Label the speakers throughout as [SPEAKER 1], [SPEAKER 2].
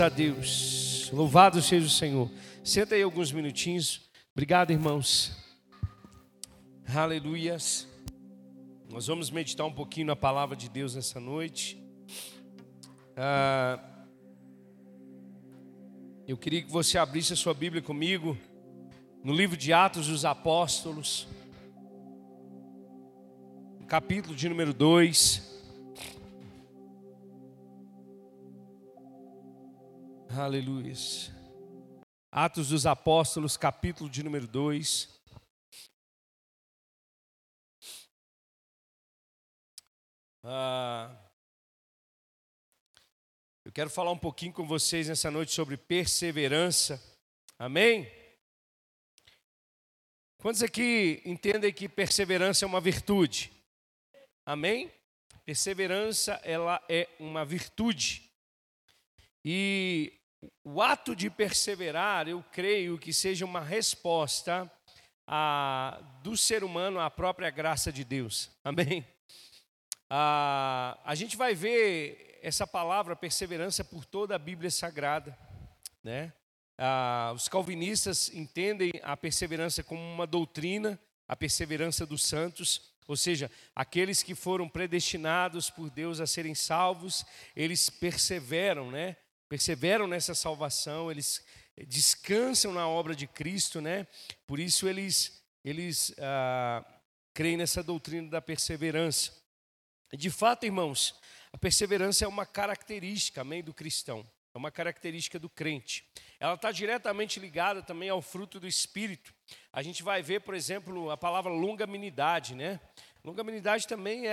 [SPEAKER 1] A Deus, louvado seja o Senhor. Senta aí alguns minutinhos. Obrigado, irmãos. Aleluias. Nós vamos meditar um pouquinho na palavra de Deus nessa noite. Eu queria que você abrisse a sua Bíblia comigo no livro de Atos dos Apóstolos, capítulo de número 2. Aleluia. Atos dos Apóstolos, capítulo de número 2. Eu quero falar um pouquinho com vocês nessa noite sobre perseverança. Amém? Quantos aqui entendem que perseverança é uma virtude? Amém? Perseverança, ela é uma virtude. E o ato de perseverar, eu creio que seja uma resposta do ser humano à própria graça de Deus. Amém? A gente vai ver essa palavra perseverança por toda a Bíblia Sagrada, né? Os calvinistas entendem a perseverança como uma doutrina, a perseverança dos santos, ou seja, aqueles que foram predestinados por Deus a serem salvos, eles perseveram, né? Perseveram nessa salvação, eles descansam na obra de Cristo, né? Por isso eles creem nessa doutrina da perseverança. De fato, irmãos, a perseverança é uma característica, amém, do cristão, é uma característica do crente. Ela está diretamente ligada também ao fruto do Espírito. A gente vai ver, por exemplo, a palavra longanimidade, né? Longanimidade também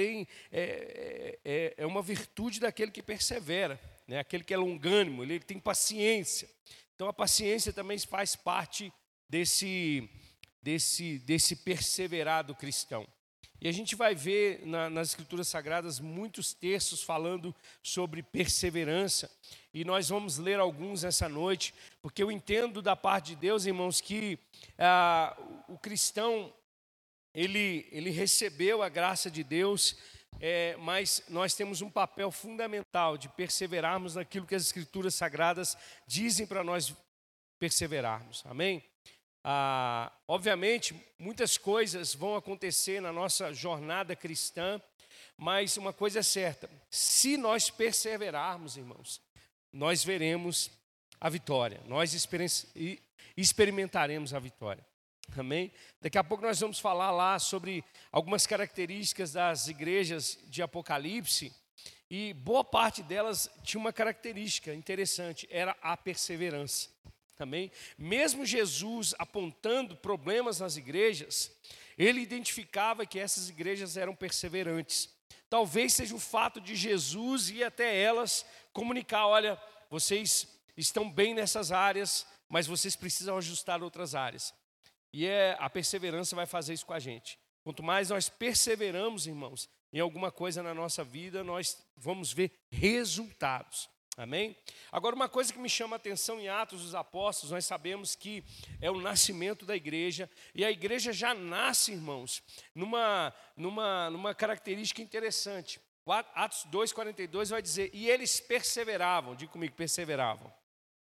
[SPEAKER 1] é uma virtude daquele que persevera, né? Aquele que é longânimo, ele tem paciência. Então a paciência também faz parte desse perseverar do cristão. E a gente vai ver nas Escrituras Sagradas muitos textos falando sobre perseverança. E nós vamos ler alguns essa noite, porque eu entendo da parte de Deus, irmãos, que o cristão, ele recebeu a graça de Deus, mas nós temos um papel fundamental de perseverarmos naquilo que as Escrituras Sagradas dizem para nós perseverarmos. Amém? Obviamente, muitas coisas vão acontecer na nossa jornada cristã, mas uma coisa é certa: se nós perseverarmos, irmãos, nós veremos a vitória, nós experimentaremos a vitória. Amém? Daqui a pouco nós vamos falar lá sobre algumas características das igrejas de Apocalipse, e boa parte delas tinha uma característica interessante, era a perseverança. Amém? Mesmo Jesus apontando problemas nas igrejas, ele identificava que essas igrejas eram perseverantes. Talvez seja o fato de Jesus ir até elas comunicar: olha, vocês estão bem nessas áreas, mas vocês precisam ajustar outras áreas. E a perseverança vai fazer isso com a gente. Quanto mais nós perseveramos, irmãos, em alguma coisa na nossa vida, nós vamos ver resultados. Amém? Agora, uma coisa que me chama a atenção em Atos dos Apóstolos, nós sabemos que é o nascimento da igreja, e a igreja já nasce, irmãos, numa característica interessante. Atos 2,42 vai dizer: e eles perseveravam. Diga comigo, perseveravam.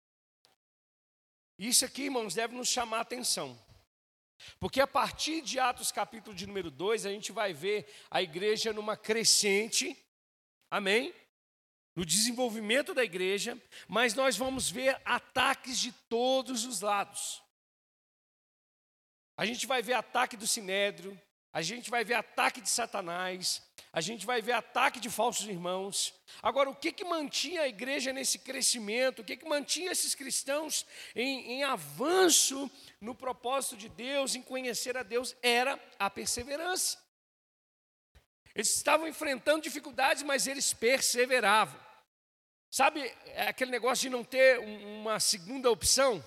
[SPEAKER 1] Isso aqui, irmãos, deve nos chamar a atenção, porque a partir de Atos capítulo de número 2, a gente vai ver a igreja numa crescente, amém? No desenvolvimento da igreja, mas nós vamos ver ataques de todos os lados. A gente vai ver ataque do Sinédrio, a gente vai ver ataque de Satanás, a gente vai ver ataque de falsos irmãos. Agora, o que mantinha a igreja nesse crescimento, o que mantinha esses cristãos em avanço no propósito de Deus, em conhecer a Deus, era a perseverança. Eles estavam enfrentando dificuldades, mas eles perseveravam. Sabe, aquele negócio de não ter uma segunda opção,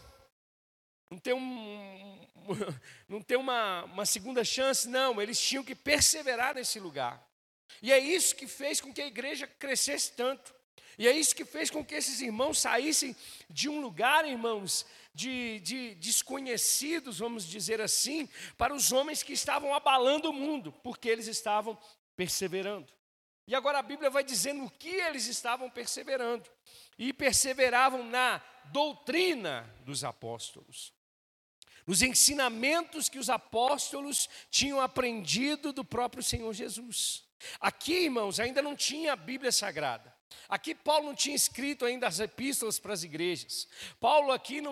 [SPEAKER 1] não ter uma segunda chance? Não, eles tinham que perseverar nesse lugar. E é isso que fez com que a igreja crescesse tanto. E é isso que fez com que esses irmãos saíssem de um lugar, irmãos, de desconhecidos, vamos dizer assim, para os homens que estavam abalando o mundo, porque eles estavam perseverando. E agora a Bíblia vai dizendo o que eles estavam perseverando. E perseveravam na doutrina dos apóstolos, nos ensinamentos que os apóstolos tinham aprendido do próprio Senhor Jesus. Aqui, irmãos, ainda não tinha a Bíblia Sagrada. Aqui Paulo não tinha escrito ainda as epístolas para as igrejas. Paulo aqui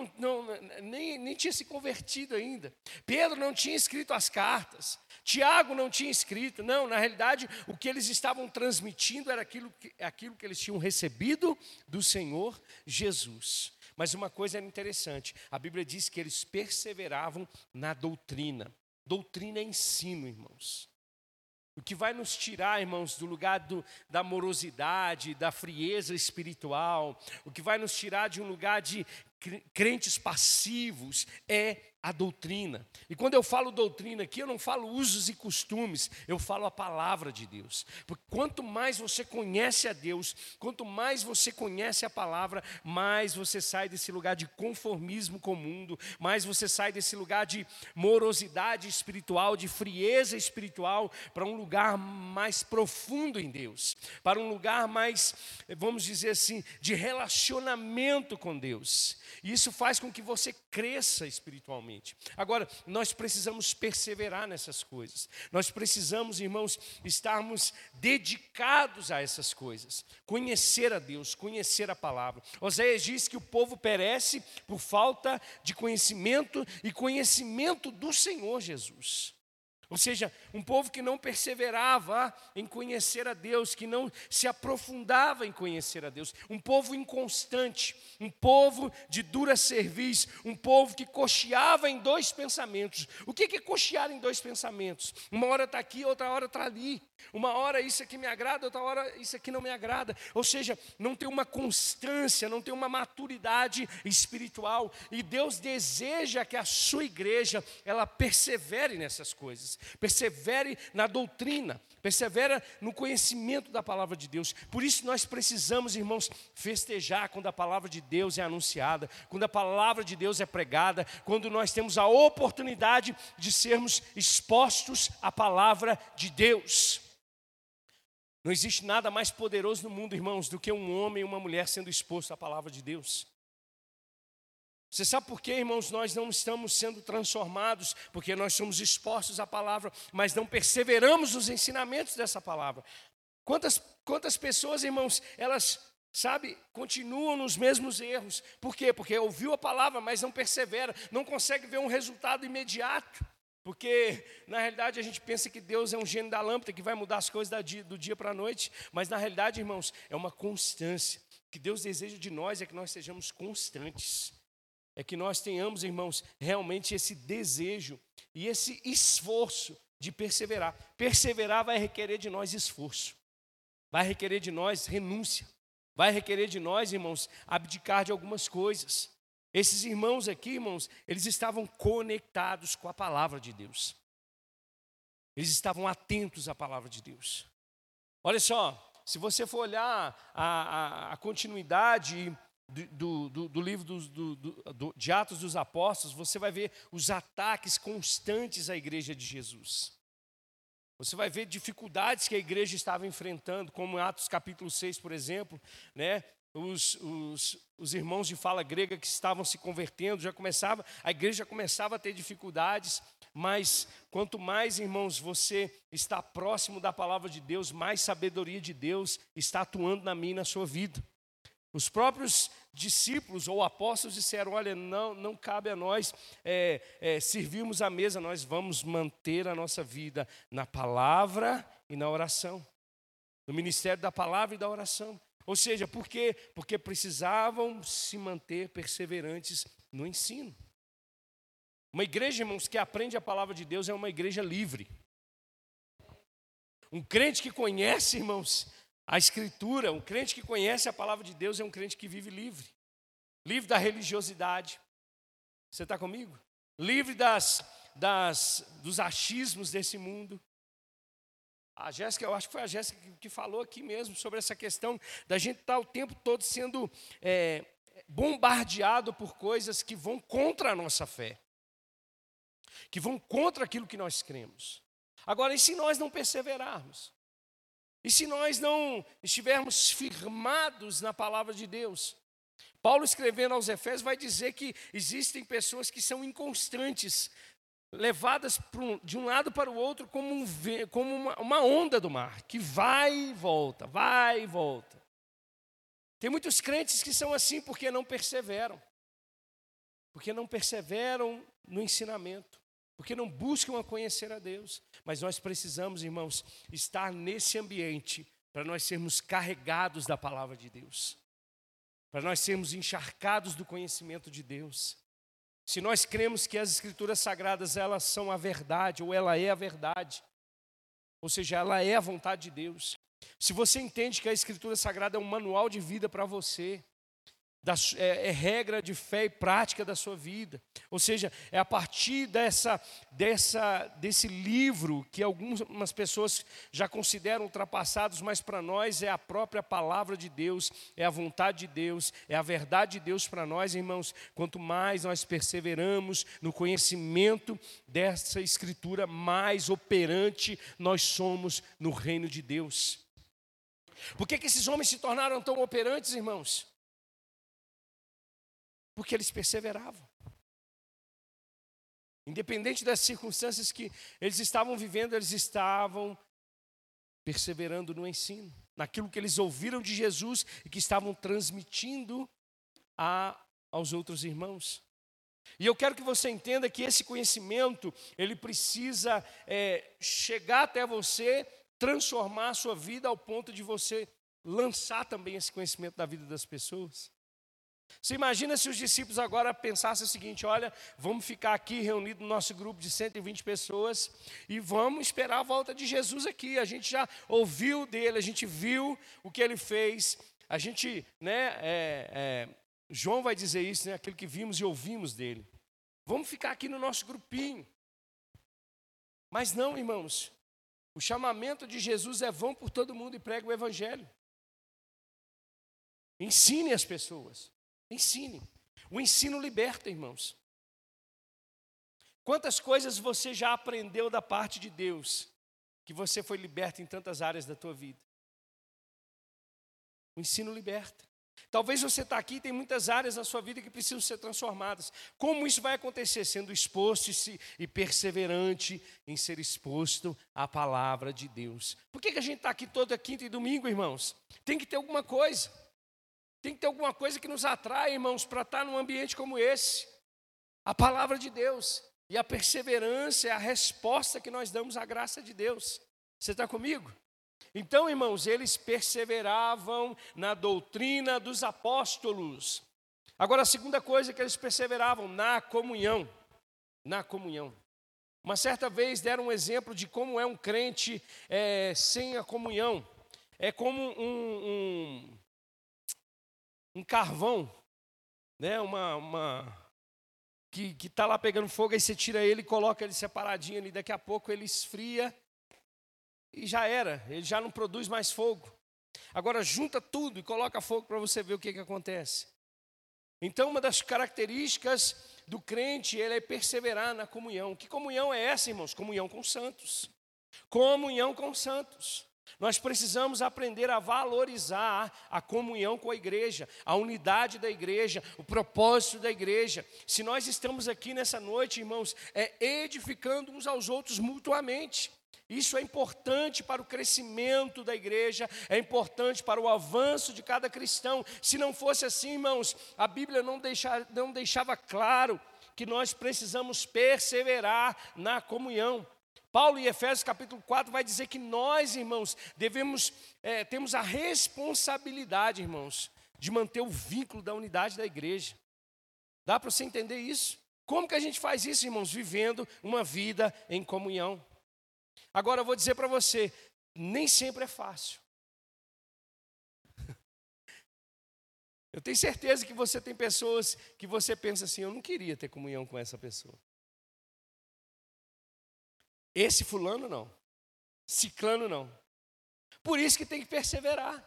[SPEAKER 1] nem tinha se convertido ainda. Pedro não tinha escrito as cartas. Tiago não tinha escrito. Não, na realidade, o que eles estavam transmitindo era aquilo que eles tinham recebido do Senhor Jesus. Mas uma coisa era interessante. A Bíblia diz que eles perseveravam na doutrina. Doutrina é ensino, irmãos. O que vai nos tirar, irmãos, do lugar da morosidade, da frieza espiritual, o que vai nos tirar de um lugar de crentes passivos é a doutrina. E quando eu falo doutrina aqui, eu não falo usos e costumes, eu falo a palavra de Deus. Porque quanto mais você conhece a Deus, quanto mais você conhece a palavra, mais você sai desse lugar de conformismo com o mundo, mais você sai desse lugar de morosidade espiritual, de frieza espiritual, para um lugar mais profundo em Deus, para um lugar mais, vamos dizer assim, de relacionamento com Deus. E isso faz com que você cresça espiritualmente. Agora, nós precisamos perseverar nessas coisas. Nós precisamos, irmãos, estarmos dedicados a essas coisas. Conhecer a Deus, conhecer a palavra. Oséias diz que o povo perece por falta de conhecimento e conhecimento do Senhor Jesus. Ou seja, um povo que não perseverava em conhecer a Deus, que não se aprofundava em conhecer a Deus. Um povo inconstante, um povo de dura cerviz, um povo que cocheava em dois pensamentos. O que é cochear em dois pensamentos? Uma hora está aqui, outra hora está ali. Uma hora isso aqui me agrada, outra hora isso aqui não me agrada. Ou seja, não tem uma constância, não tem uma maturidade espiritual. E Deus deseja que a sua igreja, ela persevere nessas coisas. Persevere na doutrina, persevera no conhecimento da palavra de Deus. Por isso nós precisamos, irmãos, festejar quando a palavra de Deus é anunciada, quando a palavra de Deus é pregada, quando nós temos a oportunidade de sermos expostos à palavra de Deus. Não existe nada mais poderoso no mundo, irmãos, do que um homem e uma mulher sendo exposto à palavra de Deus. Você sabe por que, irmãos, nós não estamos sendo transformados? Porque nós somos expostos à palavra, mas não perseveramos nos ensinamentos dessa palavra. Quantas pessoas, irmãos, elas, continuam nos mesmos erros. Por quê? Porque ouviu a palavra, mas não persevera, não consegue ver um resultado imediato. Porque, na realidade, a gente pensa que Deus é um gênio da lâmpada que vai mudar as coisas do dia para a noite. Mas, na realidade, irmãos, é uma constância. O que Deus deseja de nós é que nós sejamos constantes. É que nós tenhamos, irmãos, realmente esse desejo e esse esforço de perseverar. Perseverar vai requerer de nós esforço. Vai requerer de nós renúncia. Vai requerer de nós, irmãos, abdicar de algumas coisas. Esses irmãos aqui, irmãos, eles estavam conectados com a palavra de Deus. Eles estavam atentos à palavra de Deus. Olha só, se você for olhar a continuidade do livro de Atos dos Apóstolos, você vai ver os ataques constantes à igreja de Jesus. Você vai ver dificuldades que a igreja estava enfrentando, como em Atos capítulo 6, por exemplo, né? Os irmãos de fala grega que estavam se convertendo, a igreja já começava a ter dificuldades, mas quanto mais, irmãos, você está próximo da palavra de Deus, mais sabedoria de Deus está atuando na minha e na sua vida. Os próprios discípulos ou apóstolos disseram, olha, não cabe a nós servirmos a mesa, nós vamos manter a nossa vida na palavra e na oração. No ministério da palavra e da oração. Ou seja, por quê? Porque precisavam se manter perseverantes no ensino. Uma igreja, irmãos, que aprende a palavra de Deus é uma igreja livre. Um crente que conhece, irmãos, a Escritura, um crente que conhece a palavra de Deus é um crente que vive livre. Livre da religiosidade. Você está comigo? Livre dos achismos desse mundo. A Jéssica, eu acho que foi a Jéssica que falou aqui mesmo sobre essa questão da gente estar o tempo todo sendo bombardeado por coisas que vão contra a nossa fé. Que vão contra aquilo que nós cremos. Agora, e se nós não perseverarmos? E se nós não estivermos firmados na palavra de Deus? Paulo, escrevendo aos Efésios, vai dizer que existem pessoas que são inconstantes, levadas de um lado para o outro como uma onda do mar, que vai e volta, vai e volta. Tem muitos crentes que são assim porque não perseveram no ensinamento, porque não buscam a conhecer a Deus. Mas nós precisamos, irmãos, estar nesse ambiente para nós sermos carregados da palavra de Deus, para nós sermos encharcados do conhecimento de Deus. Se nós cremos que as Escrituras Sagradas, elas são a verdade, ou ela é a verdade, ou seja, ela é a vontade de Deus. Se você entende que a Escritura Sagrada é um manual de vida para você, é regra de fé e prática da sua vida, ou seja, é a partir desse livro que algumas pessoas já consideram ultrapassados, mas para nós é a própria palavra de Deus, é a vontade de Deus, é a verdade de Deus para nós, irmãos. Quanto mais nós perseveramos no conhecimento dessa Escritura, mais operante nós somos no reino de Deus. Por que esses homens se tornaram tão operantes, irmãos? Porque eles perseveravam. Independente das circunstâncias que eles estavam vivendo, eles estavam perseverando no ensino, naquilo que eles ouviram de Jesus e que estavam transmitindo aos outros irmãos. E eu quero que você entenda que esse conhecimento, ele precisa chegar até você, transformar a sua vida ao ponto de você lançar também esse conhecimento da vida das pessoas. Você imagina se os discípulos agora pensassem o seguinte: olha, vamos ficar aqui reunidos no nosso grupo de 120 pessoas e vamos esperar a volta de Jesus aqui. A gente já ouviu dele, a gente viu o que ele fez. A gente, João vai dizer isso, né? Aquilo que vimos e ouvimos dele. Vamos ficar aqui no nosso grupinho. Mas não, irmãos. O chamamento de Jesus é: vão por todo mundo e pregue o evangelho. Ensine as pessoas. Ensine. O ensino liberta, irmãos. Quantas coisas você já aprendeu da parte de Deus, que você foi liberto em tantas áreas da tua vida? O ensino liberta. Talvez você está aqui e tem muitas áreas na sua vida que precisam ser transformadas. Como isso vai acontecer? Sendo exposto e perseverante em ser exposto à palavra de Deus. Por que a gente está aqui toda quinta e domingo, irmãos? Tem que ter alguma coisa. Tem que ter alguma coisa que nos atrai, irmãos, para estar num ambiente como esse. A palavra de Deus. E a perseverança é a resposta que nós damos à graça de Deus. Você está comigo? Então, irmãos, eles perseveravam na doutrina dos apóstolos. Agora, a segunda coisa que eles perseveravam, na comunhão. Na comunhão. Uma certa vez deram um exemplo de como é um crente sem a comunhão. É como um carvão, né? Que está lá pegando fogo, aí você tira ele e coloca ele separadinho ali, daqui a pouco ele esfria e já era, ele já não produz mais fogo. Agora junta tudo e coloca fogo para você ver o que acontece. Então uma das características do crente, ele é perseverar na comunhão. Que comunhão é essa, irmãos? Comunhão com os santos. Comunhão com os santos. Nós precisamos aprender a valorizar a comunhão com a igreja, a unidade da igreja, o propósito da igreja. Se nós estamos aqui nessa noite, irmãos, edificando uns aos outros mutuamente. Isso é importante para o crescimento da igreja, é importante para o avanço de cada cristão. Se não fosse assim, irmãos, a Bíblia não deixava claro que nós precisamos perseverar na comunhão. Paulo, em Efésios capítulo 4, vai dizer que nós, irmãos, temos a responsabilidade, irmãos, de manter o vínculo da unidade da igreja. Dá para você entender isso? Como que a gente faz isso, irmãos? Vivendo uma vida em comunhão. Agora eu vou dizer para você, nem sempre é fácil. Eu tenho certeza que você tem pessoas que você pensa assim: eu não queria ter comunhão com essa pessoa. Esse fulano não, ciclano não. Por isso que tem que perseverar.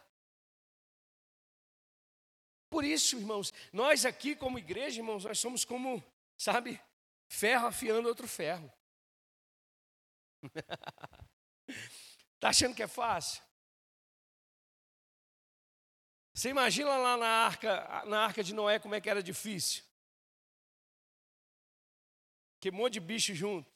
[SPEAKER 1] Por isso, irmãos, nós aqui como igreja, irmãos, nós somos como, sabe, ferro afiando outro ferro. Está achando que é fácil? Você imagina lá na arca de Noé como é que era difícil? Que um monte de bicho junto.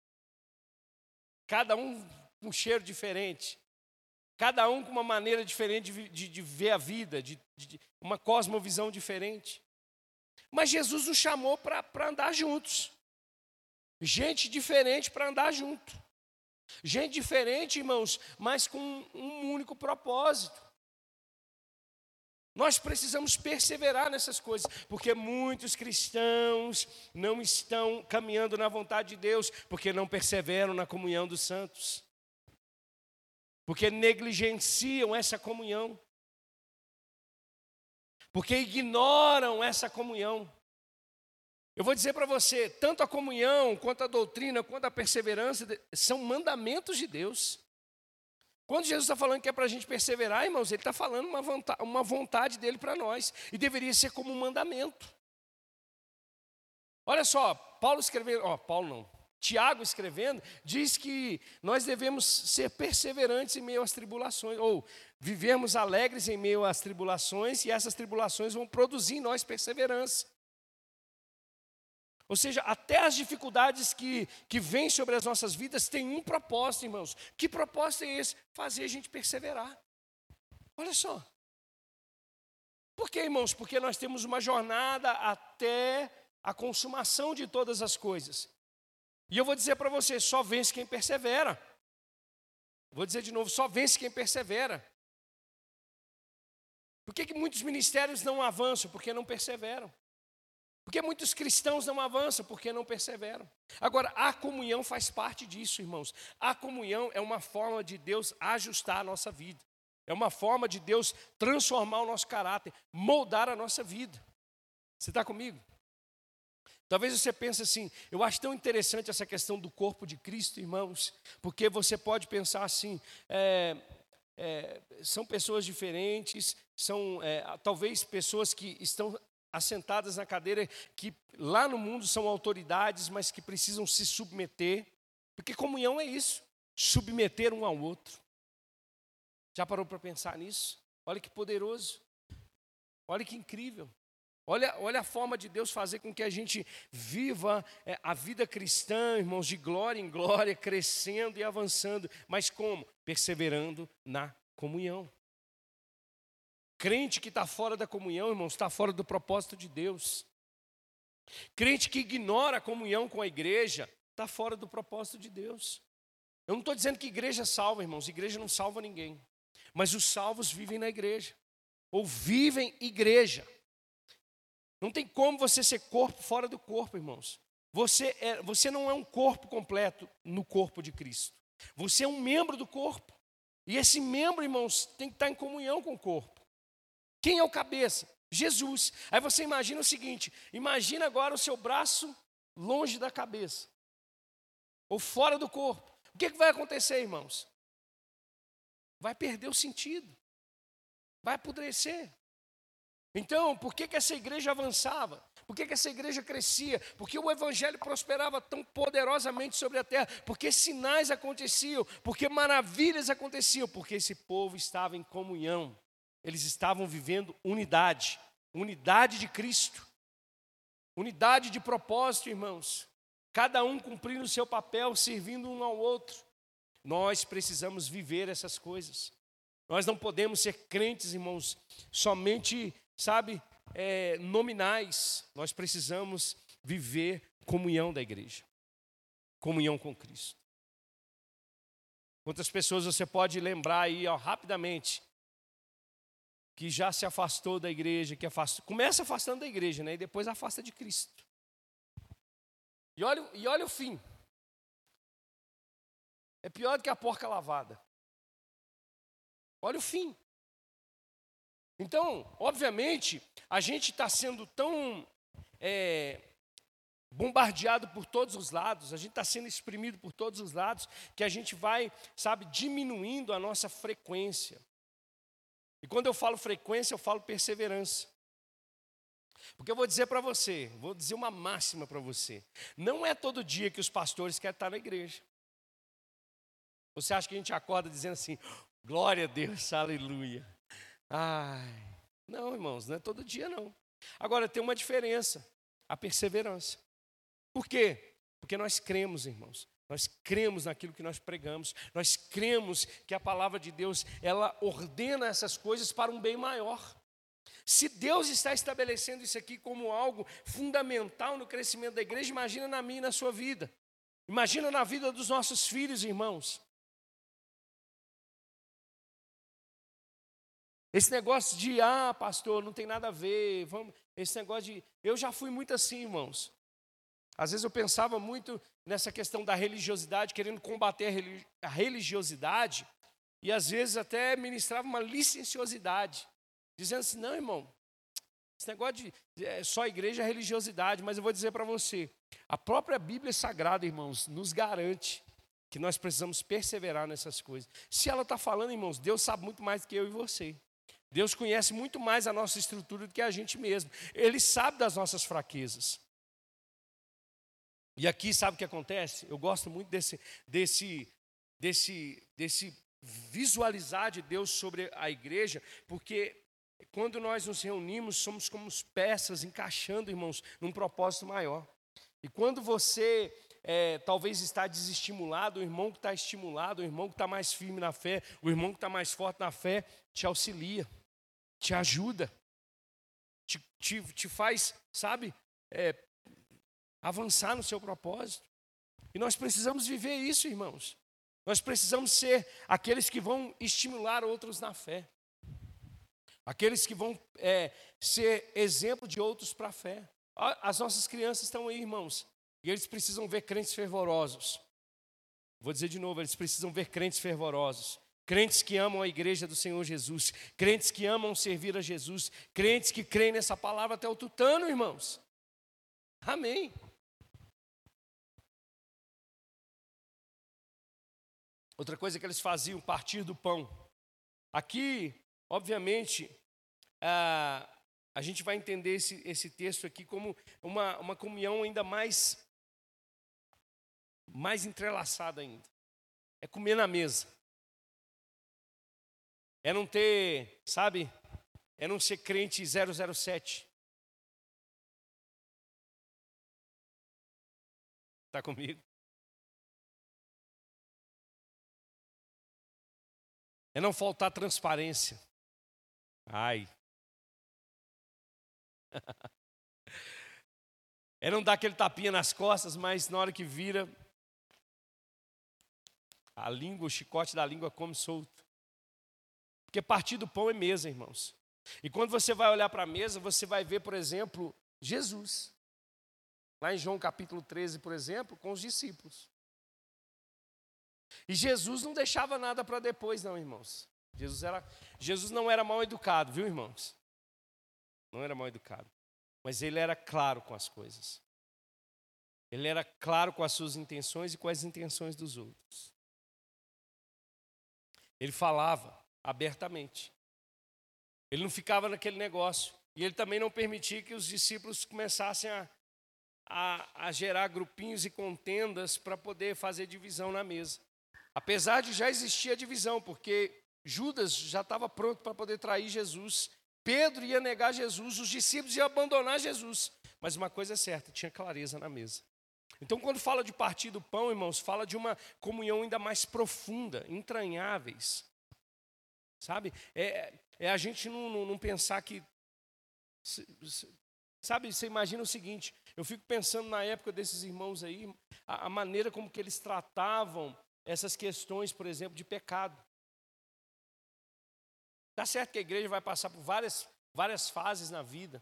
[SPEAKER 1] Cada um com um cheiro diferente. Cada um com uma maneira diferente de ver a vida, de uma cosmovisão diferente. Mas Jesus nos chamou para andar juntos. Gente diferente para andar junto. Gente diferente, irmãos, mas com um único propósito. Nós precisamos perseverar nessas coisas, porque muitos cristãos não estão caminhando na vontade de Deus, porque não perseveram na comunhão dos santos, porque negligenciam essa comunhão, porque ignoram essa comunhão. Eu vou dizer para você, tanto a comunhão, quanto a doutrina, quanto a perseverança, são mandamentos de Deus. Quando Jesus está falando que é para a gente perseverar, irmãos, Ele está falando uma vontade dEle para nós. E deveria ser como um mandamento. Olha só, Tiago escrevendo, diz que nós devemos ser perseverantes em meio às tribulações, ou vivermos alegres em meio às tribulações, e essas tribulações vão produzir em nós perseverança. Ou seja, até as dificuldades que vêm sobre as nossas vidas têm um propósito, irmãos. Que propósito é esse? Fazer a gente perseverar. Olha só. Por quê, irmãos? Porque nós temos uma jornada até a consumação de todas as coisas. E eu vou dizer para você, só vence quem persevera. Vou dizer de novo, só vence quem persevera. Por que muitos ministérios não avançam? Porque não perseveram. Porque muitos cristãos não avançam porque não perseveram. Agora, a comunhão faz parte disso, irmãos. A comunhão é uma forma de Deus ajustar a nossa vida. É uma forma de Deus transformar o nosso caráter, moldar a nossa vida. Você está comigo? Talvez você pense assim, eu acho tão interessante essa questão do corpo de Cristo, irmãos, porque você pode pensar assim, são pessoas diferentes, são talvez pessoas que estão assentadas na cadeira, que lá no mundo são autoridades, mas que precisam se submeter, porque comunhão é isso, submeter um ao outro. Já parou para pensar nisso? Olha que poderoso, olha que incrível, olha a forma de Deus fazer com que a gente viva a vida cristã, irmãos, de glória em glória, crescendo e avançando, mas como? Perseverando na comunhão. Crente que está fora da comunhão, irmãos, está fora do propósito de Deus. Crente que ignora a comunhão com a igreja, está fora do propósito de Deus. Eu não estou dizendo que igreja salva, irmãos, igreja não salva ninguém. Mas os salvos vivem na igreja, ou vivem igreja. Não tem como você ser corpo fora do corpo, irmãos. Você não é um corpo completo no corpo de Cristo. Você é um membro do corpo. E esse membro, irmãos, tem que estar em comunhão com o corpo. Quem é o cabeça? Jesus. Aí você imagina o seguinte, imagina agora o seu braço longe da cabeça, ou fora do corpo. O que vai acontecer, irmãos? Vai perder o sentido, vai apodrecer. Então, por que essa igreja avançava? Por que essa igreja crescia? Porque o evangelho prosperava tão poderosamente sobre a terra? Porque sinais aconteciam, porque maravilhas aconteciam, porque esse povo estava em comunhão. Eles estavam vivendo unidade de Cristo, unidade de propósito, irmãos. Cada um cumprindo o seu papel, servindo um ao outro. Nós precisamos viver essas coisas. Nós não podemos ser crentes, irmãos, somente, nominais. Nós precisamos viver comunhão da igreja, comunhão com Cristo. Quantas pessoas você pode lembrar aí, rapidamente, que já se afastou da igreja, começa afastando da igreja, né? E depois afasta de Cristo. E olha o fim. É pior do que a porca lavada. Olha o fim. Então, obviamente, a gente está sendo tão bombardeado por todos os lados, a gente está sendo exprimido por todos os lados, que a gente vai, diminuindo a nossa frequência. E quando eu falo frequência, eu falo perseverança. Porque eu vou dizer para você, vou dizer uma máxima para você. Não é todo dia que os pastores querem estar na igreja. Você acha que a gente acorda dizendo assim, glória a Deus, aleluia. Ai, Não, irmãos, não é todo dia não. Agora tem uma diferença, a perseverança. Por quê? Porque nós cremos, irmãos. Nós cremos naquilo que nós pregamos. Nós cremos que a palavra de Deus, ela ordena essas coisas para um bem maior. Se Deus está estabelecendo isso aqui como algo fundamental no crescimento da igreja, imagina na minha e na sua vida. Imagina na vida dos nossos filhos, irmãos. Esse negócio de, pastor, não tem nada a ver, esse negócio de... Eu já fui muito assim, irmãos. Às vezes eu pensava muito nessa questão da religiosidade, querendo combater a religiosidade, e às vezes até ministrava uma licenciosidade, dizendo assim, não, irmão, esse negócio de só igreja é religiosidade, mas eu vou dizer para você, a própria Bíblia Sagrada, irmãos, nos garante que nós precisamos perseverar nessas coisas. Se ela está falando, irmãos, Deus sabe muito mais do que eu e você. Deus conhece muito mais a nossa estrutura do que a gente mesmo. Ele sabe das nossas fraquezas. E aqui, sabe o que acontece? Eu gosto muito desse visualizar de Deus sobre a igreja, porque quando nós nos reunimos, somos como peças encaixando, irmãos, num propósito maior. E quando você talvez está desestimulado, o irmão que está estimulado, o irmão que está mais firme na fé, o irmão que está mais forte na fé, te auxilia, te ajuda, te faz, sabe, avançar no seu propósito. E nós precisamos viver isso, irmãos. Nós precisamos ser aqueles que vão estimular outros na fé. Aqueles que vão ser exemplo de outros para a fé. As nossas crianças estão aí, irmãos, e eles precisam ver crentes fervorosos. Vou dizer de novo, eles precisam ver crentes fervorosos. Crentes que amam a igreja do Senhor Jesus. Crentes que amam servir a Jesus. Crentes que creem nessa palavra até o tutano, irmãos. Amém. Outra coisa que eles faziam, partir do pão. Aqui, obviamente, a gente vai entender esse texto aqui como uma comunhão ainda mais entrelaçada ainda. É comer na mesa. É não ter, sabe, é não ser crente 007. Está comigo? É não faltar transparência. Ai. É não dar aquele tapinha nas costas, mas na hora que vira, a língua, o chicote da língua come solto. Porque partir do pão é mesa, irmãos. E quando você vai olhar para a mesa, você vai ver, por exemplo, Jesus. Lá em João capítulo 13, por exemplo, com os discípulos. E Jesus não deixava nada para depois, não, irmãos. Jesus não era mal educado, viu, irmãos? Não era mal educado. Mas ele era claro com as coisas. Ele era claro com as suas intenções e com as intenções dos outros. Ele falava abertamente. Ele não ficava naquele negócio. E ele também não permitia que os discípulos começassem a gerar grupinhos e contendas para poder fazer divisão na mesa. Apesar de já existir a divisão, porque Judas já estava pronto para poder trair Jesus. Pedro ia negar Jesus, os discípulos iam abandonar Jesus. Mas uma coisa é certa, tinha clareza na mesa. Então, quando fala de partir do pão, irmãos, fala de uma comunhão ainda mais profunda, entranháveis. Sabe? É a gente não pensar que... Sabe, você imagina o seguinte, eu fico pensando na época desses irmãos aí, a maneira como que eles tratavam essas questões, por exemplo, de pecado. Está certo que a igreja vai passar por várias fases na vida.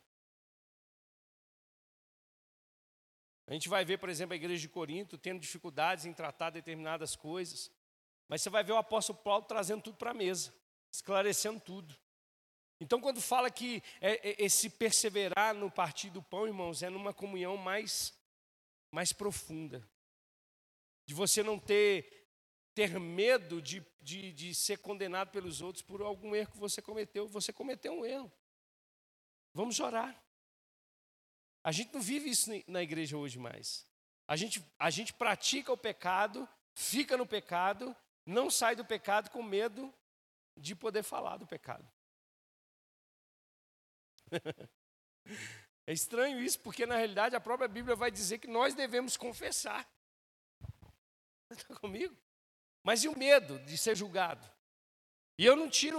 [SPEAKER 1] A gente vai ver, por exemplo, a igreja de Corinto tendo dificuldades em tratar determinadas coisas. Mas você vai ver o apóstolo Paulo trazendo tudo para a mesa, esclarecendo tudo. Então, quando fala que esse perseverar no partir do pão, irmãos, é numa comunhão mais profunda. De você não ter medo de ser condenado pelos outros por algum erro que você cometeu. Você cometeu um erro. Vamos orar. A gente não vive isso na igreja hoje mais. A gente pratica o pecado, fica no pecado, não sai do pecado com medo de poder falar do pecado. É estranho isso, porque na realidade a própria Bíblia vai dizer que nós devemos confessar. Está comigo? Mas e o medo de ser julgado? E eu não tiro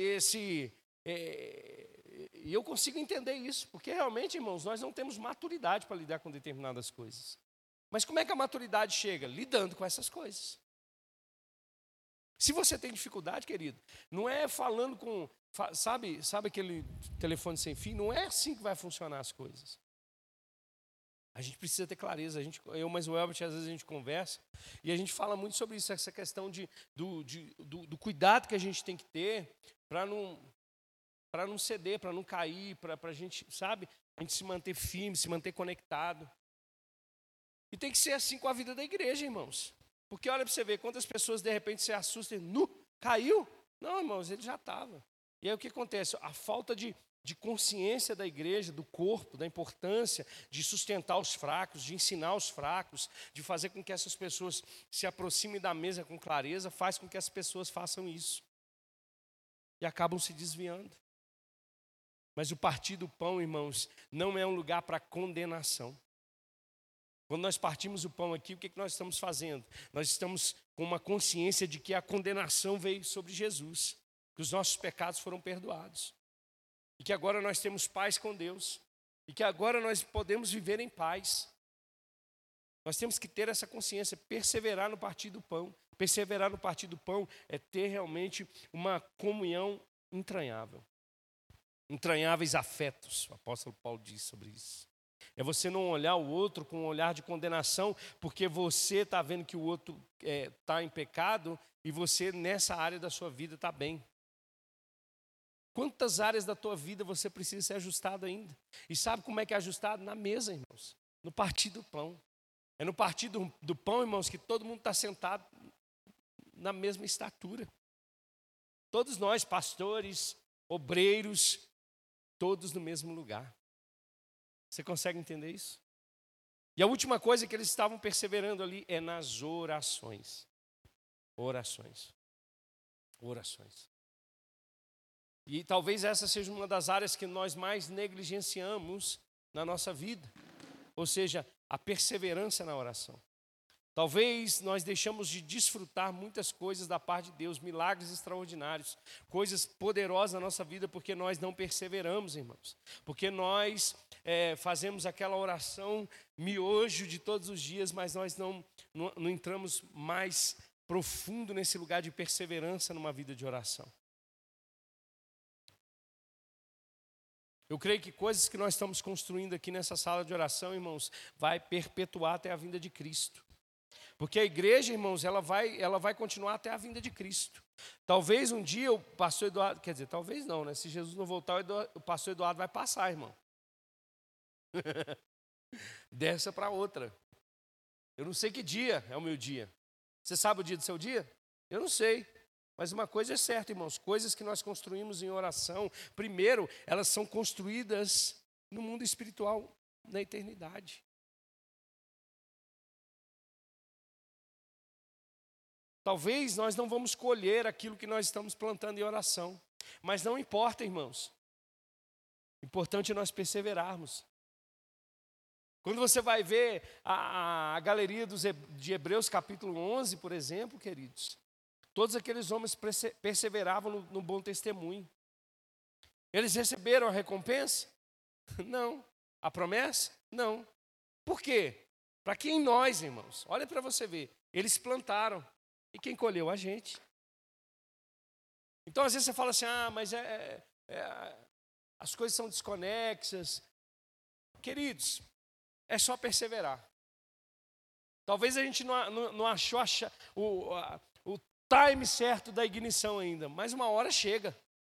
[SPEAKER 1] e eu consigo entender isso, porque realmente, irmãos, nós não temos maturidade para lidar com determinadas coisas. Mas como é que a maturidade chega? Lidando com essas coisas. Se você tem dificuldade, querido, não é falando com, sabe aquele telefone sem fio? Não é assim que vai funcionar as coisas. A gente precisa ter clareza. Eu mais o Elbert, às vezes a gente conversa e a gente fala muito sobre isso, essa questão do cuidado que a gente tem que ter para não ceder, para não cair, para a gente, sabe, a gente se manter firme, se manter conectado. E tem que ser assim com a vida da igreja, irmãos. Porque olha para você ver, quantas pessoas de repente se assustam, caiu? Não, irmãos, ele já estava. E aí o que acontece? A falta de consciência da igreja, do corpo, da importância de sustentar os fracos, de ensinar os fracos, de fazer com que essas pessoas se aproximem da mesa com clareza, faz com que as pessoas façam isso. E acabam se desviando. Mas o partir do pão, irmãos, não é um lugar para condenação. Quando nós partimos o pão aqui, o que nós estamos fazendo? Nós estamos com uma consciência de que a condenação veio sobre Jesus, que os nossos pecados foram perdoados, e que agora nós temos paz com Deus, e que agora nós podemos viver em paz. Nós temos que ter essa consciência, perseverar no partir do pão. Perseverar no partir do pão é ter realmente uma comunhão entranhável. Entranháveis afetos, o apóstolo Paulo diz sobre isso. É você não olhar o outro com um olhar de condenação, porque você está vendo que o outro está em pecado e você nessa área da sua vida está bem. Quantas áreas da tua vida você precisa ser ajustado ainda? E sabe como é que é ajustado? Na mesa, irmãos. No partir do pão. É no partir do pão, irmãos, que todo mundo está sentado na mesma estatura. Todos nós, pastores, obreiros, todos no mesmo lugar. Você consegue entender isso? E a última coisa que eles estavam perseverando ali é nas orações. Orações. Orações. E talvez essa seja uma das áreas que nós mais negligenciamos na nossa vida. Ou seja, a perseverança na oração. Talvez nós deixamos de desfrutar muitas coisas da parte de Deus, milagres extraordinários, coisas poderosas na nossa vida, porque nós não perseveramos, irmãos. Porque nós fazemos aquela oração miojo de todos os dias, mas nós não entramos mais profundo nesse lugar de perseverança numa vida de oração. Eu creio que coisas que nós estamos construindo aqui nessa sala de oração, irmãos, vai perpetuar até a vinda de Cristo. Porque a igreja, irmãos, ela vai continuar até a vinda de Cristo. Talvez um dia o pastor Eduardo, quer dizer, talvez não, né? Se Jesus não voltar, o pastor Eduardo vai passar, irmão. Dessa para outra. Eu não sei que dia é o meu dia. Você sabe o dia do seu dia? Eu não sei. Mas uma coisa é certa, irmãos, coisas que nós construímos em oração, primeiro, elas são construídas no mundo espiritual, na eternidade. Talvez nós não vamos colher aquilo que nós estamos plantando em oração, mas não importa, irmãos. Importante é nós perseverarmos. Quando você vai ver a galeria de Hebreus capítulo 11, por exemplo, queridos, todos aqueles homens perseveravam no bom testemunho. Eles receberam a recompensa? Não. A promessa? Não. Por quê? Para que em nós, irmãos, olha para você ver, eles plantaram. E quem colheu? A gente. Então, às vezes você fala assim, mas as coisas são desconexas. Queridos, é só perseverar. Talvez a gente não achou o time certo da ignição ainda, mas uma hora chega.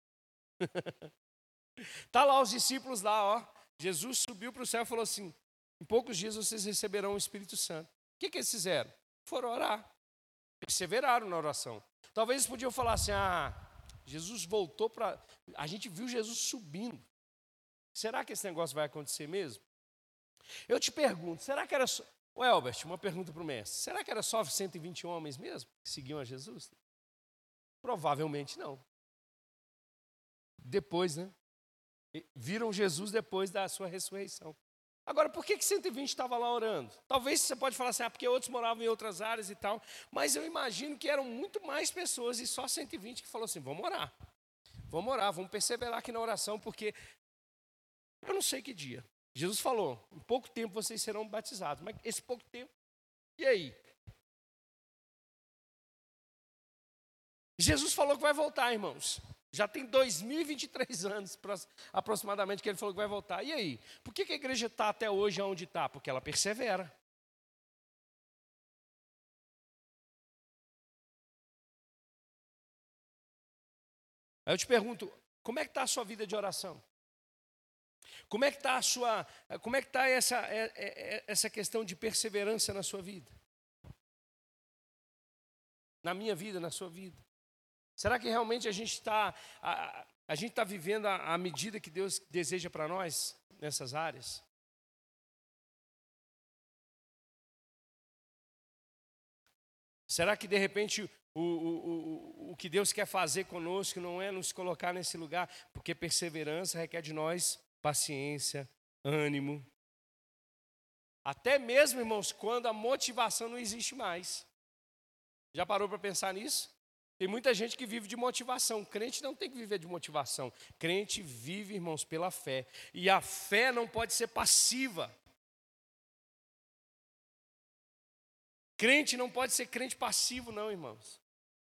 [SPEAKER 1] Tá lá os discípulos lá, ó. Jesus subiu para o céu e falou assim, em poucos dias vocês receberão o Espírito Santo. O que eles fizeram? Foram orar. Perseveraram na oração. Talvez eles podiam falar assim, Jesus voltou para... A gente viu Jesus subindo. Será que esse negócio vai acontecer mesmo? Eu te pergunto, será que era só... Elbert, uma pergunta para o mestre. Será que era só 120 homens mesmo que seguiam a Jesus? Provavelmente não. Depois, né? Viram Jesus depois da sua ressurreição. Agora, por que 120 estava lá orando? Talvez você pode falar assim, porque outros moravam em outras áreas e tal, mas eu imagino que eram muito mais pessoas e só 120 que falou assim, vamos orar, vamos perseverar aqui na oração, porque eu não sei que dia. Jesus falou, em pouco tempo vocês serão batizados, mas esse pouco tempo, e aí? Jesus falou que vai voltar, irmãos. Já tem 2023 anos aproximadamente que ele falou que vai voltar. E aí? Por que a igreja está até hoje onde está? Porque ela persevera. Aí eu te pergunto, como é que está a sua vida de oração? Como é que está essa questão de perseverança na sua vida? Na minha vida, na sua vida? Será que realmente a gente está vivendo a medida que Deus deseja para nós nessas áreas? Será que de repente o que Deus quer fazer conosco não é nos colocar nesse lugar? Porque perseverança requer de nós paciência, ânimo. Até mesmo, irmãos, quando a motivação não existe mais. Já parou para pensar nisso? Tem muita gente que vive de motivação. Crente não tem que viver de motivação. Crente vive, irmãos, pela fé. E a fé não pode ser passiva. Crente não pode ser crente passivo, não, irmãos.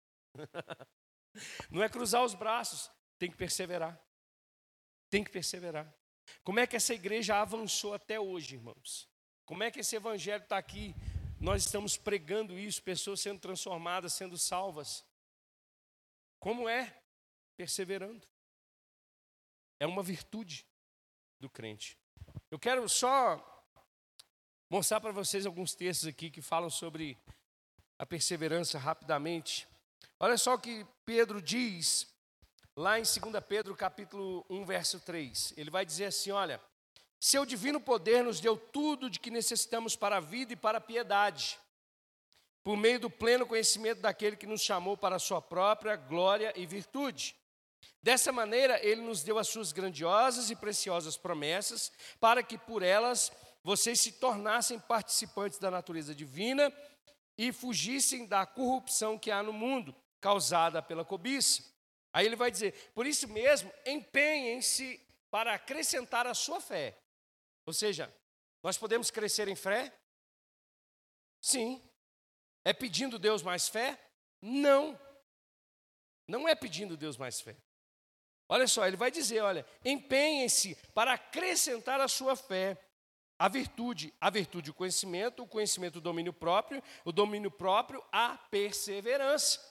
[SPEAKER 1] Não é cruzar os braços. Tem que perseverar. Tem que perseverar. Como é que essa igreja avançou até hoje, irmãos? Como é que esse evangelho está aqui? Nós estamos pregando isso, pessoas sendo transformadas, sendo salvas. Como é? Perseverando. É uma virtude do crente. Eu quero só mostrar para vocês alguns textos aqui que falam sobre a perseverança rapidamente. Olha só o que Pedro diz lá em 2 Pedro capítulo 1, verso 3. Ele vai dizer assim, olha, seu divino poder nos deu tudo de que necessitamos para a vida e para a piedade, por meio do pleno conhecimento daquele que nos chamou para a sua própria glória e virtude. Dessa maneira, ele nos deu as suas grandiosas e preciosas promessas, para que por elas vocês se tornassem participantes da natureza divina e fugissem da corrupção que há no mundo, causada pela cobiça. Aí ele vai dizer, por isso mesmo, empenhem-se para acrescentar a sua fé. Ou seja, nós podemos crescer em fé? Sim. É pedindo Deus mais fé? Não. Não é pedindo Deus mais fé. Olha só, ele vai dizer, olha, empenhem-se para acrescentar a sua fé, a virtude o conhecimento o domínio próprio, a perseverança.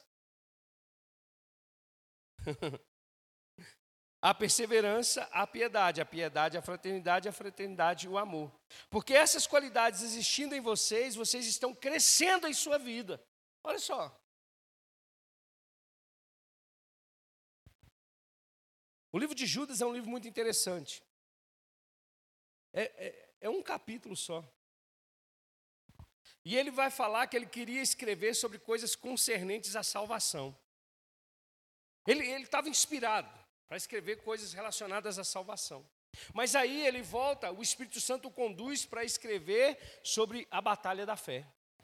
[SPEAKER 1] A perseverança, a piedade, a fraternidade, o amor. Porque essas qualidades existindo em vocês, vocês estão crescendo em sua vida. Olha só. O livro de Judas é um livro muito interessante. É um capítulo só. E ele vai falar que ele queria escrever sobre coisas concernentes à salvação. Ele estava inspirado para escrever coisas relacionadas à salvação. Mas aí ele volta, o Espírito Santo o conduz para escrever sobre a batalha da fé.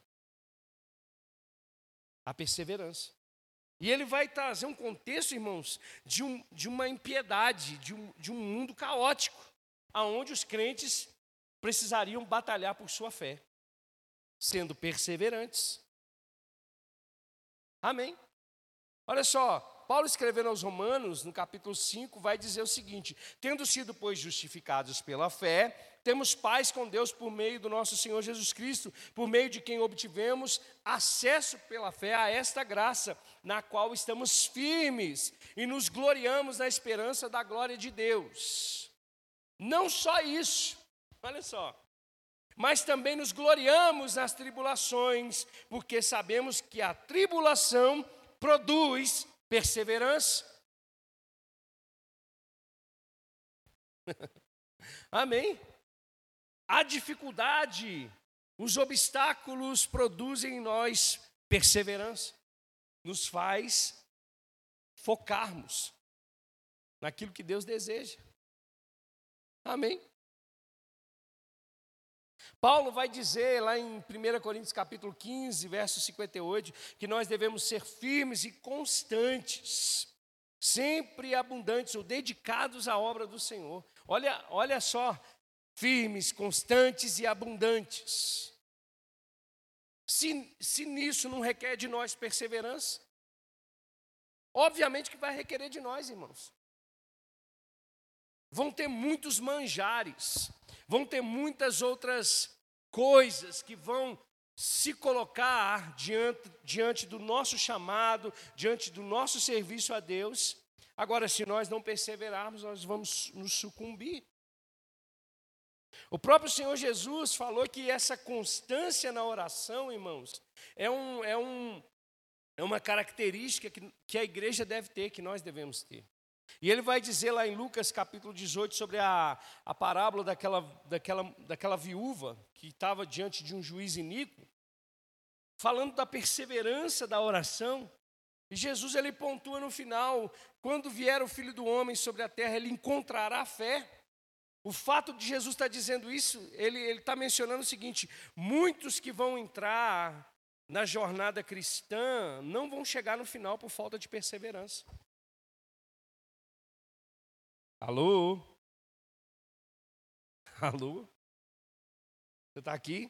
[SPEAKER 1] A perseverança. E ele vai trazer um contexto, irmãos, de uma impiedade, de um mundo caótico, onde os crentes precisariam batalhar por sua fé, sendo perseverantes. Amém? Olha só. Paulo escrevendo aos Romanos, no capítulo 5, vai dizer o seguinte, tendo sido, pois, justificados pela fé, temos paz com Deus por meio do nosso Senhor Jesus Cristo, por meio de quem obtivemos acesso pela fé a esta graça, na qual estamos firmes e nos gloriamos na esperança da glória de Deus. Não só isso, olha só, mas também nos gloriamos nas tribulações, porque sabemos que a tribulação produz perseverança. Amém? A dificuldade, os obstáculos produzem em nós perseverança. Nos faz focarmos naquilo que Deus deseja. Amém? Paulo vai dizer lá em 1 Coríntios capítulo 15, verso 58, que nós devemos ser firmes e constantes, sempre abundantes ou dedicados à obra do Senhor. Olha só, firmes, constantes e abundantes. Se nisso não requer de nós perseverança, obviamente que vai requerer de nós, irmãos. Vão ter muitos manjares, vão ter muitas outras coisas que vão se colocar diante do nosso chamado, diante do nosso serviço a Deus. Agora, se nós não perseverarmos, nós vamos nos sucumbir. O próprio Senhor Jesus falou que essa constância na oração, irmãos, é uma característica que a igreja deve ter, que nós devemos ter. E ele vai dizer lá em Lucas capítulo 18 sobre a parábola daquela viúva que estava diante de um juiz iníquo, falando da perseverança da oração. E Jesus ele pontua no final, quando vier o Filho do Homem sobre a terra, ele encontrará fé. O fato de Jesus estar dizendo isso, ele está mencionando o seguinte: muitos que vão entrar na jornada cristã não vão chegar no final por falta de perseverança. Alô? Alô? Você está aqui?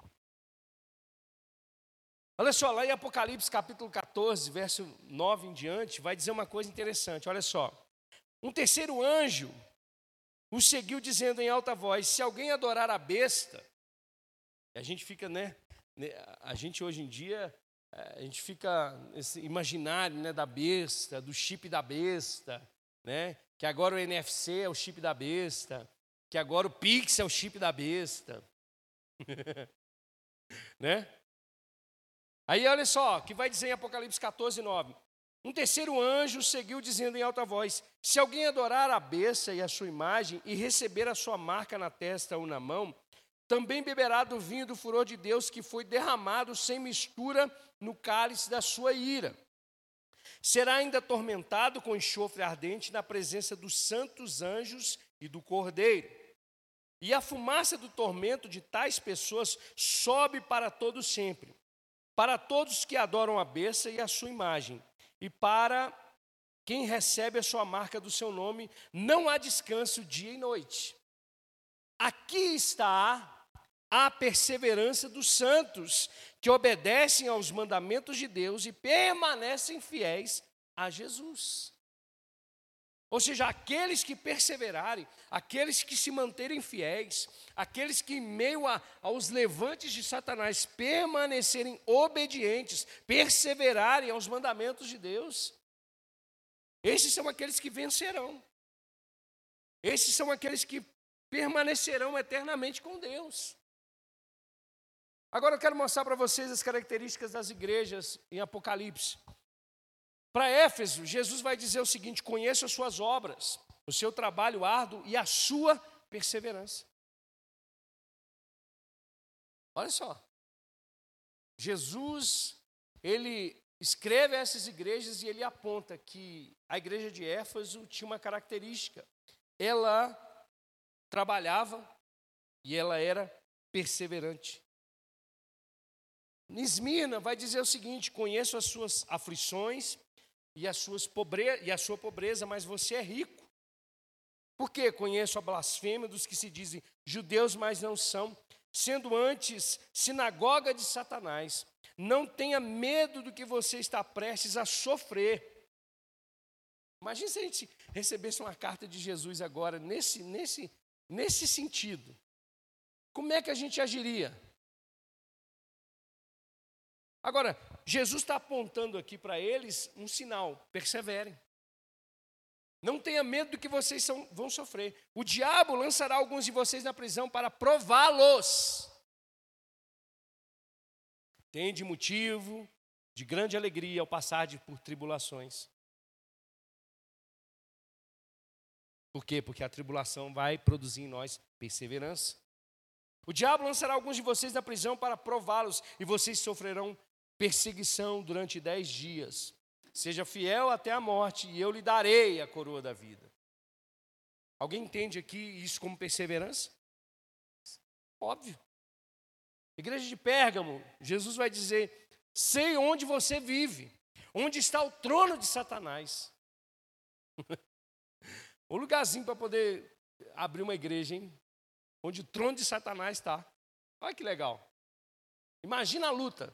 [SPEAKER 1] Olha só, lá em Apocalipse capítulo 14, verso 9 em diante, vai dizer uma coisa interessante. Olha só. Um terceiro anjo o seguiu dizendo em alta voz: se alguém adorar a besta, a gente fica, a gente hoje em dia, a gente fica esse imaginário, da besta, do chip da besta, que agora o NFC é o chip da besta, que agora o Pix é o chip da besta, Aí olha só, que vai dizer em Apocalipse 14, 9. Um terceiro anjo seguiu dizendo em alta voz: se alguém adorar a besta e a sua imagem e receber a sua marca na testa ou na mão, também beberá do vinho do furor de Deus que foi derramado sem mistura no cálice da sua ira. Será ainda atormentado com enxofre ardente na presença dos santos anjos e do Cordeiro. E a fumaça do tormento de tais pessoas sobe para todo sempre, para todos que adoram a besta e a sua imagem, e para quem recebe a sua marca do seu nome, não há descanso dia e noite. Aqui está a perseverança dos santos, que obedecem aos mandamentos de Deus e permanecem fiéis a Jesus. Ou seja, aqueles que perseverarem, aqueles que se manterem fiéis, aqueles que em meio aos levantes de Satanás permanecerem obedientes, perseverarem aos mandamentos de Deus, esses são aqueles que vencerão. Esses são aqueles que permanecerão eternamente com Deus. Agora eu quero mostrar para vocês as características das igrejas em Apocalipse. Para Éfeso, Jesus vai dizer o seguinte: conheço as suas obras, o seu trabalho árduo e a sua perseverança. Olha só, Jesus, ele escreve essas igrejas e ele aponta que a igreja de Éfeso tinha uma característica: ela trabalhava e ela era perseverante. Esmirna vai dizer o seguinte: conheço as suas aflições e a sua pobreza, mas você é rico. Por quê? Conheço a blasfêmia dos que se dizem judeus, mas não são, sendo antes sinagoga de Satanás. Não tenha medo do que você está prestes a sofrer. Imagina se a gente recebesse uma carta de Jesus agora, nesse sentido. Como é que a gente agiria? Agora, Jesus está apontando aqui para eles um sinal: perseverem. Não tenha medo do que vocês vão sofrer. O diabo lançará alguns de vocês na prisão para prová-los. Tende motivo de grande alegria ao passar por tribulações. Por quê? Porque a tribulação vai produzir em nós perseverança. O diabo lançará alguns de vocês na prisão para prová-los, e vocês sofrerão perseguição durante 10 dias. Seja fiel até a morte, e eu lhe darei a coroa da vida. Alguém entende aqui isso como perseverança? Óbvio. Igreja de Pérgamo, Jesus vai dizer: sei onde você vive, onde está o trono de Satanás. O lugarzinho para poder abrir uma igreja, hein? Onde o trono de Satanás está. Olha que legal. Imagina a luta.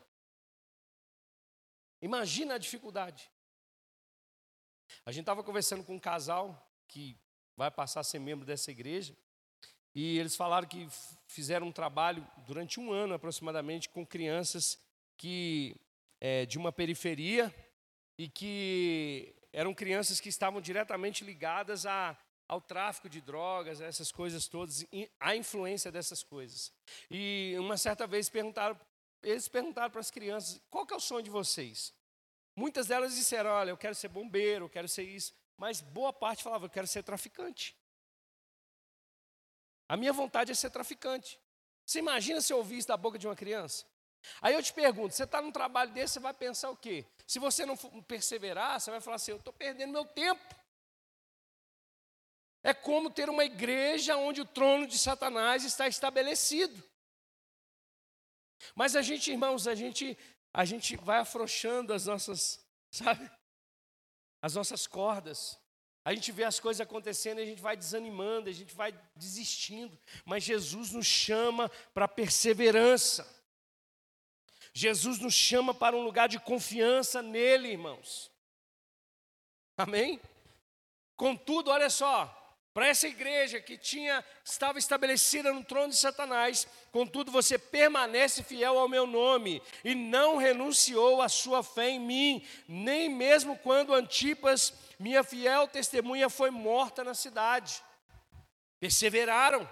[SPEAKER 1] Imagina a dificuldade. A gente estava conversando com um casal que vai passar a ser membro dessa igreja. E eles falaram que fizeram um trabalho durante um ano aproximadamente com crianças de uma periferia e que eram crianças que estavam diretamente ligadas ao tráfico de drogas, a essas coisas todas, à influência dessas coisas. E uma certa vez eles perguntaram para as crianças: qual que é o sonho de vocês? Muitas delas disseram: olha, eu quero ser bombeiro, eu quero ser isso. Mas boa parte falava: eu quero ser traficante. A minha vontade é ser traficante. Você imagina se eu ouvir isso da boca de uma criança? Aí eu te pergunto, você está num trabalho desse, você vai pensar o quê? Se você não perseverar, você vai falar assim: eu estou perdendo meu tempo. É como ter uma igreja onde o trono de Satanás está estabelecido. Mas a gente, irmãos, a gente vai afrouxando as nossas, sabe? As nossas cordas. A gente vê as coisas acontecendo e a gente vai desanimando, a gente vai desistindo. Mas Jesus nos chama para perseverança. Jesus nos chama para um lugar de confiança nele, irmãos. Amém? Contudo, olha só, para essa igreja que estava estabelecida no trono de Satanás, contudo você permanece fiel ao meu nome e não renunciou à sua fé em mim, nem mesmo quando Antipas, minha fiel testemunha, foi morta na cidade. Perseveraram.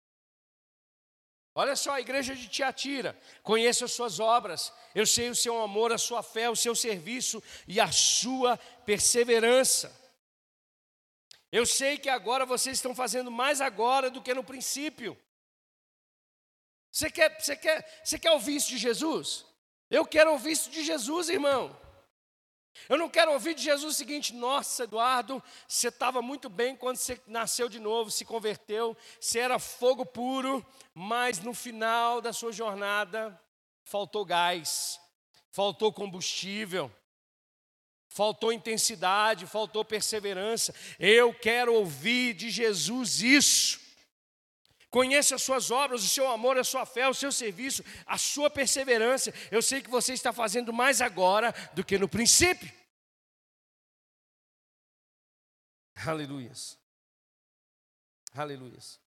[SPEAKER 1] Olha só, a igreja de Tiatira: conheço as suas obras, eu sei o seu amor, a sua fé, o seu serviço e a sua perseverança. Eu sei que agora vocês estão fazendo mais agora do que no princípio. Você quer ouvir isso de Jesus? Eu quero ouvir isso de Jesus, irmão. Eu não quero ouvir de Jesus o seguinte: nossa, Eduardo, você estava muito bem quando você nasceu de novo, se converteu, você era fogo puro, mas no final da sua jornada faltou gás, faltou combustível, faltou intensidade, faltou perseverança. Eu quero ouvir de Jesus isso. Conheça as suas obras, o seu amor, a sua fé, o seu serviço, a sua perseverança. Eu sei que você está fazendo mais agora do que no princípio. Aleluias. Aleluias.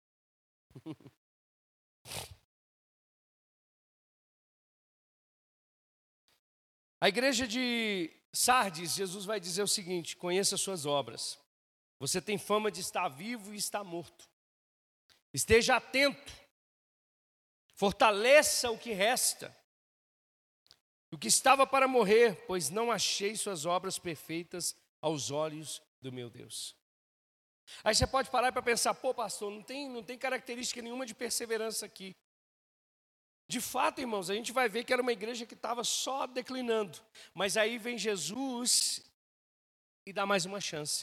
[SPEAKER 1] A igreja de Sardes, Jesus vai dizer o seguinte: conheça as suas obras. Você tem fama de estar vivo e estar morto. Esteja atento, fortaleça o que resta, o que estava para morrer, pois não achei suas obras perfeitas aos olhos do meu Deus. Aí você pode parar para pensar: pô, pastor, não tem característica nenhuma de perseverança aqui. De fato, irmãos, a gente vai ver que era uma igreja que estava só declinando, mas aí vem Jesus e dá mais uma chance.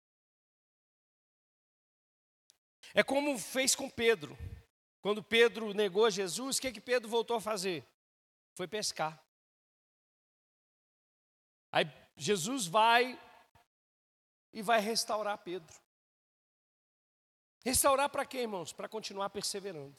[SPEAKER 1] É como fez com Pedro. Quando Pedro negou a Jesus, o que Pedro voltou a fazer? Foi pescar. Aí Jesus vai e vai restaurar Pedro. Restaurar para quê, irmãos? Para continuar perseverando.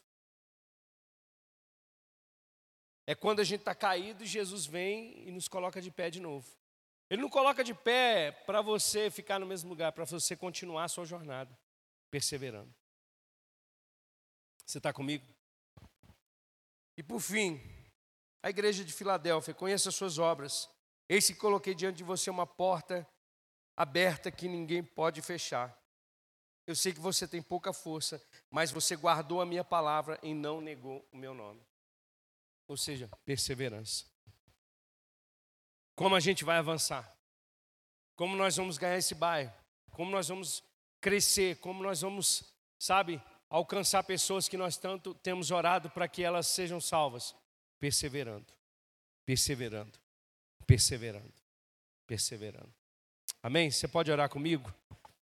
[SPEAKER 1] É quando a gente está caído e Jesus vem e nos coloca de pé de novo. Ele não coloca de pé para você ficar no mesmo lugar, para você continuar a sua jornada, perseverando. Você está comigo? E por fim, a igreja de Filadélfia: conheça as suas obras. Eis que coloquei diante de você uma porta aberta que ninguém pode fechar. Eu sei que você tem pouca força, mas você guardou a minha palavra e não negou o meu nome. Ou seja, perseverança. Como a gente vai avançar? Como nós vamos ganhar esse bairro? Como nós vamos crescer? Como nós vamos, alcançar pessoas que nós tanto temos orado para que elas sejam salvas? Perseverando, perseverando, perseverando, perseverando. Amém? Você pode orar comigo?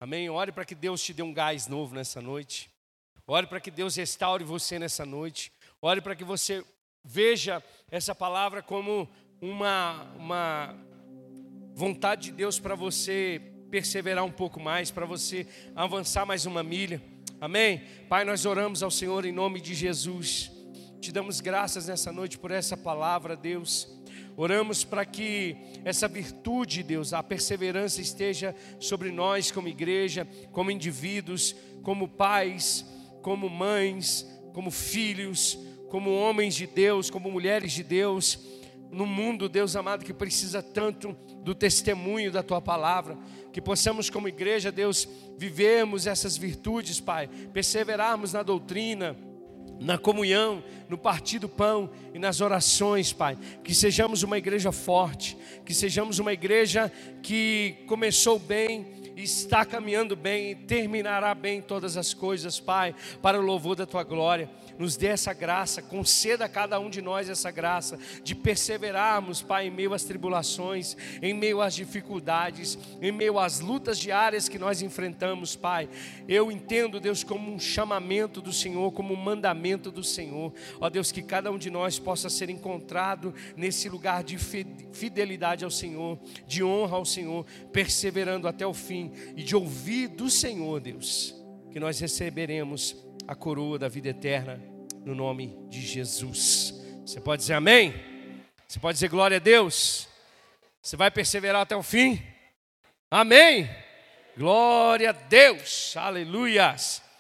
[SPEAKER 1] Amém? Ore para que Deus te dê um gás novo nessa noite. Ore para que Deus restaure você nessa noite. Ore para que você veja essa palavra como uma vontade de Deus para você perseverar um pouco mais, para você avançar mais uma milha. Amém? Pai, nós oramos ao Senhor em nome de Jesus. Te damos graças nessa noite por essa palavra, Deus. Oramos para que essa virtude, Deus, a perseverança esteja sobre nós como igreja, como indivíduos, como pais, como mães, como filhos, como homens de Deus, como mulheres de Deus, no mundo, Deus amado, que precisa tanto do testemunho da Tua palavra, que possamos como igreja, Deus, vivermos essas virtudes, Pai, perseverarmos na doutrina, na comunhão, no partir do pão e nas orações, Pai. Que sejamos uma igreja forte, que sejamos uma igreja que começou bem, está caminhando bem e terminará bem todas as coisas, Pai, para o louvor da Tua glória. Nos dê essa graça, conceda a cada um de nós essa graça de perseverarmos, Pai, em meio às tribulações, em meio às dificuldades, em meio às lutas diárias que nós enfrentamos, Pai. Eu entendo, Deus, como um chamamento do Senhor, como um mandamento do Senhor. Ó Deus, que cada um de nós possa ser encontrado nesse lugar de fidelidade ao Senhor, de honra ao Senhor, perseverando até o fim e de ouvir do Senhor, Deus, que nós receberemos a coroa da vida eterna, no nome de Jesus. Você pode dizer amém? Você pode dizer glória a Deus? Você vai perseverar até o fim? Amém? Glória a Deus, aleluias.